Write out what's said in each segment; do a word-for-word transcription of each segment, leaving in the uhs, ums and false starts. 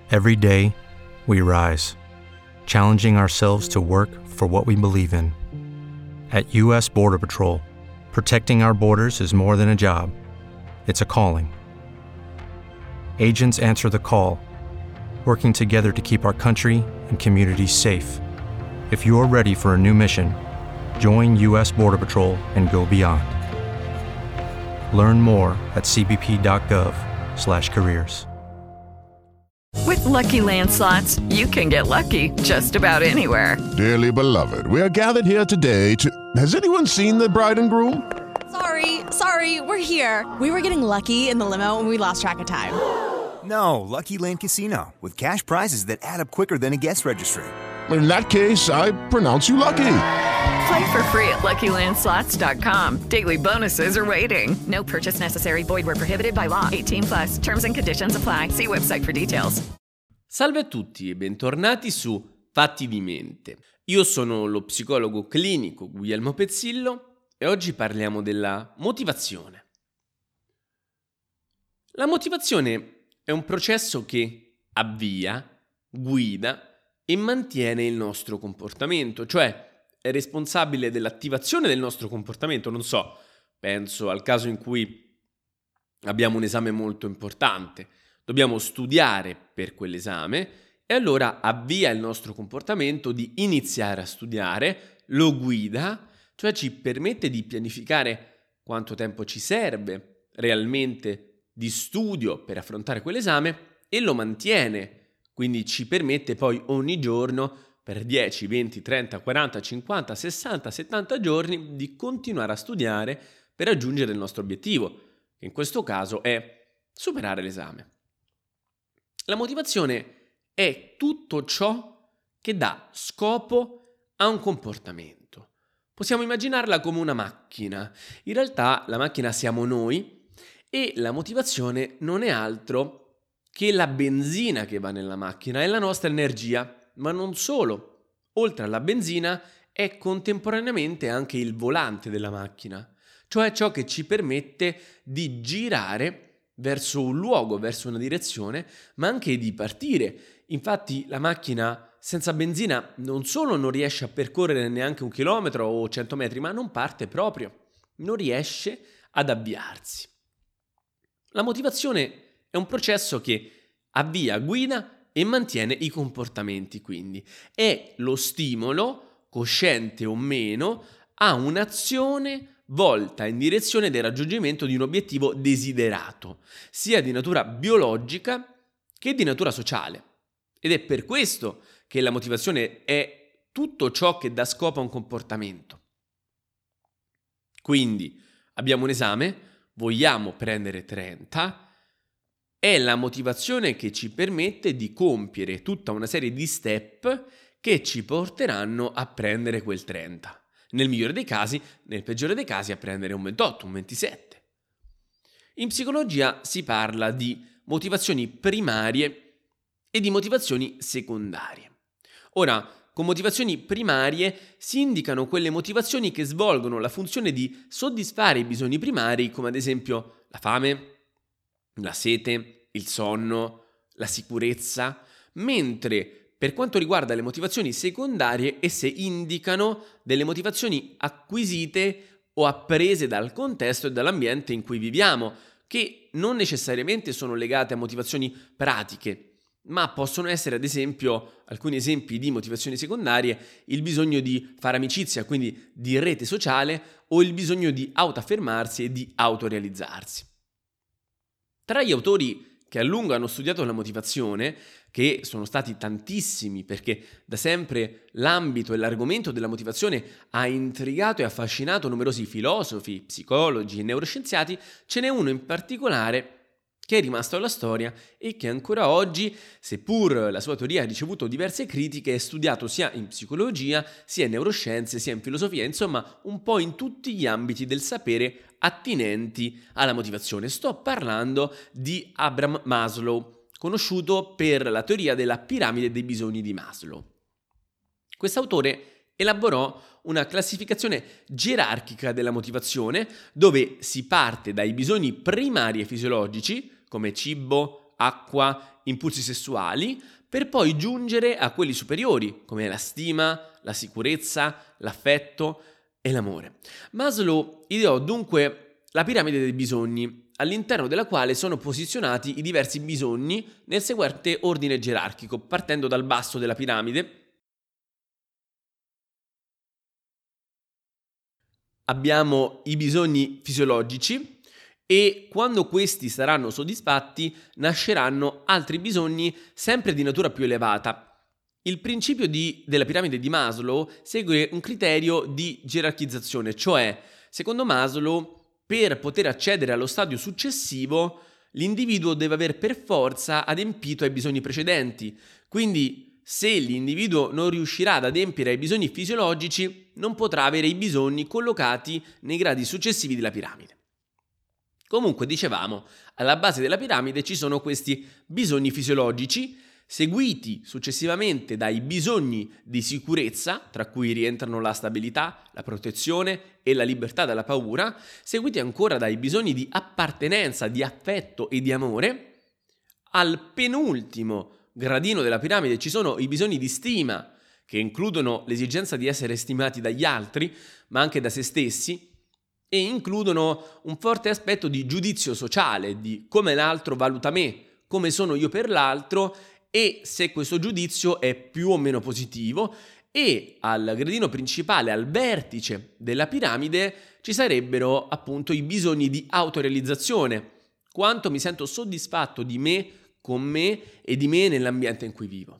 Every day, we rise, challenging ourselves to work for what we believe in. At U S Border Patrol, protecting our borders is more than a job, it's a calling. Agents answer the call, working together to keep our country and communities safe. If you're ready for a new mission, join U S Border Patrol and go beyond. Learn more at c b p dot gov slash careers. With Lucky Land Slots, you can get lucky just about anywhere. Dearly beloved, we are gathered here today to... Has anyone seen the bride and groom? Sorry, sorry, we're here. We were getting lucky in the limo and we lost track of time. No, Lucky Land Casino, with cash prizes that add up quicker than a guest registry. In that case, I pronounce you lucky. Play for free at lucky land slots dot com. Daily bonuses are waiting. No purchase necessary. Void where prohibited by law. eighteen plus. Terms and conditions apply. See website for details. Salve a tutti e bentornati su Fatti di Mente. Io sono lo psicologo clinico Guglielmo Pezzillo e oggi parliamo della motivazione. La motivazione è un processo che avvia, guida e mantiene il nostro comportamento, cioè è responsabile dell'attivazione del nostro comportamento. Non so, penso al caso in cui abbiamo un esame molto importante, dobbiamo studiare per quell'esame e allora avvia il nostro comportamento di iniziare a studiare, lo guida, cioè ci permette di pianificare quanto tempo ci serve realmente di studio per affrontare quell'esame e lo mantiene, quindi ci permette poi ogni giorno per dieci, venti, trenta, quaranta, cinquanta, sessanta, settanta giorni di continuare a studiare per raggiungere il nostro obiettivo, che in questo caso è superare l'esame. La motivazione è tutto ciò che dà scopo a un comportamento. Possiamo immaginarla come una macchina. In realtà la macchina siamo noi e la motivazione non è altro che la benzina che va nella macchina, è la nostra energia. Ma non solo, oltre alla benzina è contemporaneamente anche il volante della macchina, cioè ciò che ci permette di girare verso un luogo, verso una direzione, ma anche di partire. Infatti la macchina senza benzina non solo non riesce a percorrere neanche un chilometro o cento metri, ma non parte proprio, non riesce ad avviarsi. La motivazione è un processo che avvia, guida e mantiene i comportamenti, quindi è lo stimolo, cosciente o meno, a un'azione volta in direzione del raggiungimento di un obiettivo desiderato, sia di natura biologica che di natura sociale. Ed è per questo che la motivazione è tutto ciò che dà scopo a un comportamento. Quindi abbiamo un esame, vogliamo prendere trenta. È la motivazione che ci permette di compiere tutta una serie di step che ci porteranno a prendere quel trenta. Nel migliore dei casi, nel peggiore dei casi a prendere un ventotto, un ventisette. In psicologia si parla di motivazioni primarie e di motivazioni secondarie. Ora, con motivazioni primarie si indicano quelle motivazioni che svolgono la funzione di soddisfare i bisogni primari, come ad esempio la fame, la sete, il sonno, la sicurezza, mentre per quanto riguarda le motivazioni secondarie, esse indicano delle motivazioni acquisite o apprese dal contesto e dall'ambiente in cui viviamo, che non necessariamente sono legate a motivazioni pratiche, ma possono essere ad esempio, alcuni esempi di motivazioni secondarie, il bisogno di fare amicizia, quindi di rete sociale, o il bisogno di autoaffermarsi e di autorealizzarsi. Tra gli autori che a lungo hanno studiato la motivazione, che sono stati tantissimi perché da sempre l'ambito e l'argomento della motivazione ha intrigato e affascinato numerosi filosofi, psicologi e neuroscienziati, ce n'è uno in particolare che è rimasto alla storia e che ancora oggi, seppur la sua teoria ha ricevuto diverse critiche, è studiato sia in psicologia, sia in neuroscienze, sia in filosofia, insomma un po' in tutti gli ambiti del sapere attinenti alla motivazione. Sto parlando di Abraham Maslow, conosciuto per la teoria della piramide dei bisogni di Maslow. Quest'autore elaborò una classificazione gerarchica della motivazione dove si parte dai bisogni primari e fisiologici come cibo, acqua, impulsi sessuali, per poi giungere a quelli superiori, come la stima, la sicurezza, l'affetto e l'amore. Maslow ideò dunque la piramide dei bisogni, all'interno della quale sono posizionati i diversi bisogni nel seguente ordine gerarchico, partendo dal basso della piramide. Abbiamo i bisogni fisiologici e quando questi saranno soddisfatti nasceranno altri bisogni sempre di natura più elevata. Il principio di, della piramide di Maslow segue un criterio di gerarchizzazione, cioè, secondo Maslow, per poter accedere allo stadio successivo, l'individuo deve aver per forza adempiito ai bisogni precedenti. Quindi, se l'individuo non riuscirà ad adempiere ai bisogni fisiologici, non potrà avere i bisogni collocati nei gradi successivi della piramide. Comunque, dicevamo, alla base della piramide ci sono questi bisogni fisiologici, seguiti successivamente dai bisogni di sicurezza, tra cui rientrano la stabilità, la protezione e la libertà dalla paura, seguiti ancora dai bisogni di appartenenza, di affetto e di amore. Al penultimo gradino della piramide ci sono i bisogni di stima, che includono l'esigenza di essere stimati dagli altri, ma anche da se stessi, e includono un forte aspetto di giudizio sociale, di come l'altro valuta me, come sono io per l'altro e se questo giudizio è più o meno positivo. E al gradino principale, al vertice della piramide, ci sarebbero appunto i bisogni di autorealizzazione, quanto mi sento soddisfatto di me, con me e di me nell'ambiente in cui vivo.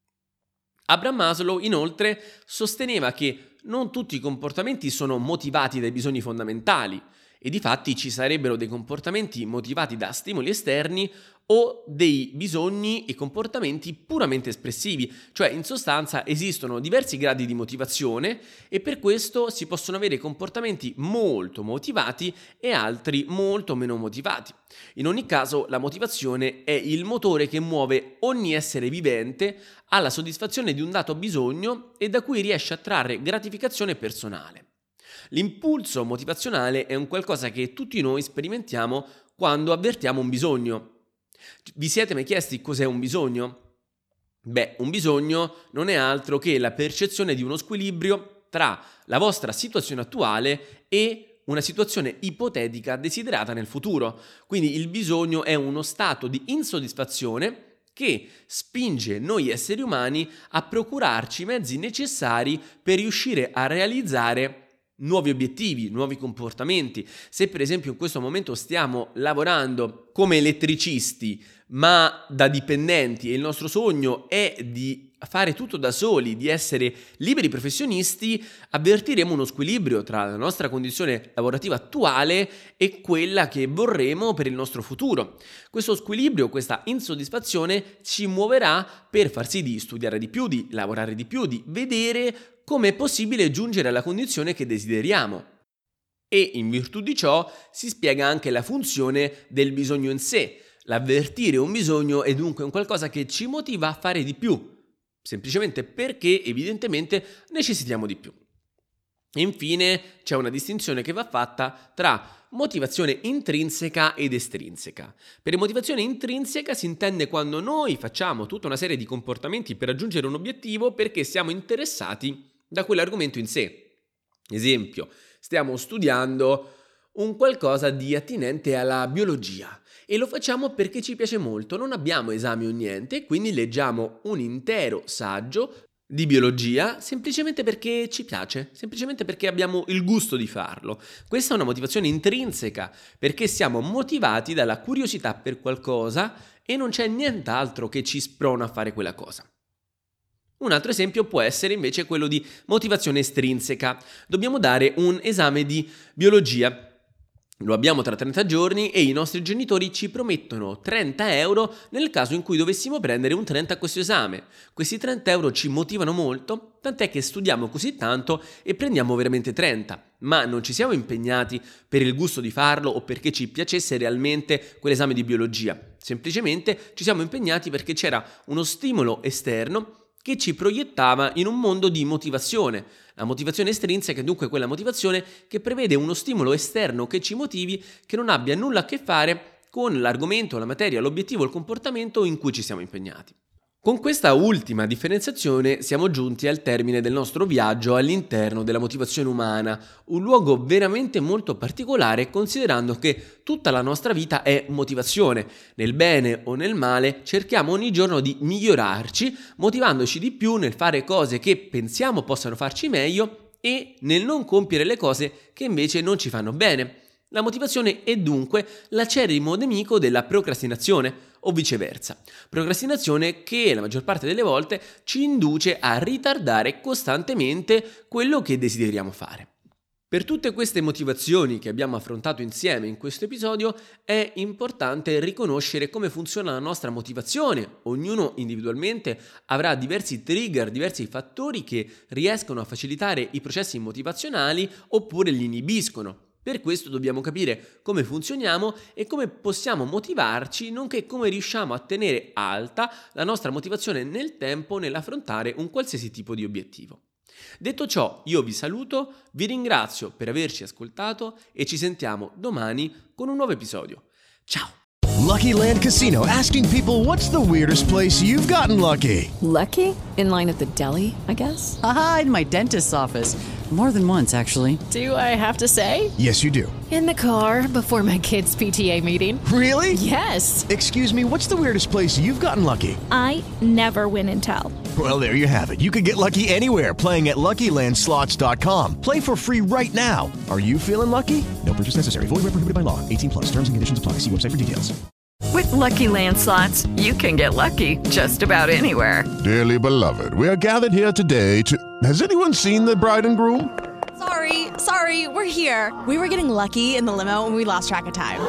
Abraham Maslow inoltre sosteneva che non tutti i comportamenti sono motivati dai bisogni fondamentali e difatti ci sarebbero dei comportamenti motivati da stimoli esterni o dei bisogni e comportamenti puramente espressivi, cioè in sostanza esistono diversi gradi di motivazione e per questo si possono avere comportamenti molto motivati e altri molto meno motivati. In ogni caso la motivazione è il motore che muove ogni essere vivente alla soddisfazione di un dato bisogno e da cui riesce a trarre gratificazione personale. L'impulso motivazionale è un qualcosa che tutti noi sperimentiamo quando avvertiamo un bisogno. Vi siete mai chiesti cos'è un bisogno? Beh, un bisogno non è altro che la percezione di uno squilibrio tra la vostra situazione attuale e una situazione ipotetica desiderata nel futuro. Quindi il bisogno è uno stato di insoddisfazione che spinge noi esseri umani a procurarci i mezzi necessari per riuscire a realizzare nuovi obiettivi, nuovi comportamenti. Se per esempio in questo momento stiamo lavorando come elettricisti ma da dipendenti e il nostro sogno è di fare tutto da soli, di essere liberi professionisti, avvertiremo uno squilibrio tra la nostra condizione lavorativa attuale e quella che vorremmo per il nostro futuro. Questo squilibrio, questa insoddisfazione ci muoverà per far sì di studiare di più, di lavorare di più, di vedere come è possibile giungere alla condizione che desideriamo. E in virtù di ciò si spiega anche la funzione del bisogno in sé. L'avvertire un bisogno è dunque un qualcosa che ci motiva a fare di più, semplicemente perché evidentemente necessitiamo di più. Infine c'è una distinzione che va fatta tra motivazione intrinseca ed estrinseca. Per motivazione intrinseca si intende quando noi facciamo tutta una serie di comportamenti per raggiungere un obiettivo perché siamo interessati da quell'argomento in sé. Esempio, stiamo studiando un qualcosa di attinente alla biologia e lo facciamo perché ci piace molto, non abbiamo esami o niente, quindi leggiamo un intero saggio di biologia semplicemente perché ci piace, semplicemente perché abbiamo il gusto di farlo. Questa è una motivazione intrinseca, perché siamo motivati dalla curiosità per qualcosa e non c'è nient'altro che ci sprona a fare quella cosa. Un altro esempio può essere invece quello di motivazione estrinseca. Dobbiamo dare un esame di biologia. Lo abbiamo tra trenta giorni e i nostri genitori ci promettono trenta euro nel caso in cui dovessimo prendere un trenta a questo esame. Questi trenta euro ci motivano molto, tant'è che studiamo così tanto e prendiamo veramente trenta, ma non ci siamo impegnati per il gusto di farlo o perché ci piacesse realmente quell'esame di biologia. Semplicemente ci siamo impegnati perché c'era uno stimolo esterno che ci proiettava in un mondo di motivazione. La motivazione estrinseca è dunque quella motivazione che prevede uno stimolo esterno che ci motivi che non abbia nulla a che fare con l'argomento, la materia, l'obiettivo, il comportamento in cui ci siamo impegnati. Con questa ultima differenziazione siamo giunti al termine del nostro viaggio all'interno della motivazione umana, un luogo veramente molto particolare considerando che tutta la nostra vita è motivazione. Nel bene o nel male cerchiamo ogni giorno di migliorarci, motivandoci di più nel fare cose che pensiamo possano farci meglio e nel non compiere le cose che invece non ci fanno bene. La motivazione è dunque l'acerrimo nemico della procrastinazione o viceversa. Procrastinazione che la maggior parte delle volte ci induce a ritardare costantemente quello che desideriamo fare. Per tutte queste motivazioni che abbiamo affrontato insieme in questo episodio è importante riconoscere come funziona la nostra motivazione. Ognuno individualmente avrà diversi trigger, diversi fattori che riescono a facilitare i processi motivazionali oppure li inibiscono. Per questo dobbiamo capire come funzioniamo e come possiamo motivarci, nonché come riusciamo a tenere alta la nostra motivazione nel tempo nell'affrontare un qualsiasi tipo di obiettivo. Detto ciò, io vi saluto, vi ringrazio per averci ascoltato e ci sentiamo domani con un nuovo episodio. Ciao! Lucky Land Casino, asking people, what's the weirdest place you've gotten lucky? Lucky? In line at the deli, I guess? Aha, in my dentist's office. More than once, actually. Do I have to say? Yes, you do. In the car before my kids' P T A meeting. Really? Yes. Excuse me, what's the weirdest place you've gotten lucky? I never win and tell. Well, there you have it. You can get lucky anywhere, playing at Lucky Land Slots dot com. Play for free right now. Are you feeling lucky? No purchase necessary. Void where prohibited by law. eighteen plus. Terms and conditions apply. See website for details. With Lucky Land Slots, you can get lucky just about anywhere. Dearly beloved, we are gathered here today to... Has anyone seen the bride and groom? Sorry, sorry, we're here. We were getting lucky in the limo and we lost track of time.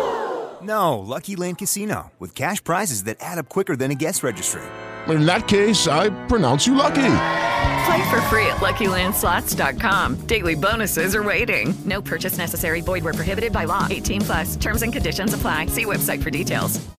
No, Lucky Land Casino, with cash prizes that add up quicker than a guest registry. In that case, I pronounce you lucky. Play for free at Lucky Land Slots dot com. Daily bonuses are waiting. No purchase necessary. Void where prohibited by law. eighteen plus. Terms and conditions apply. See website for details.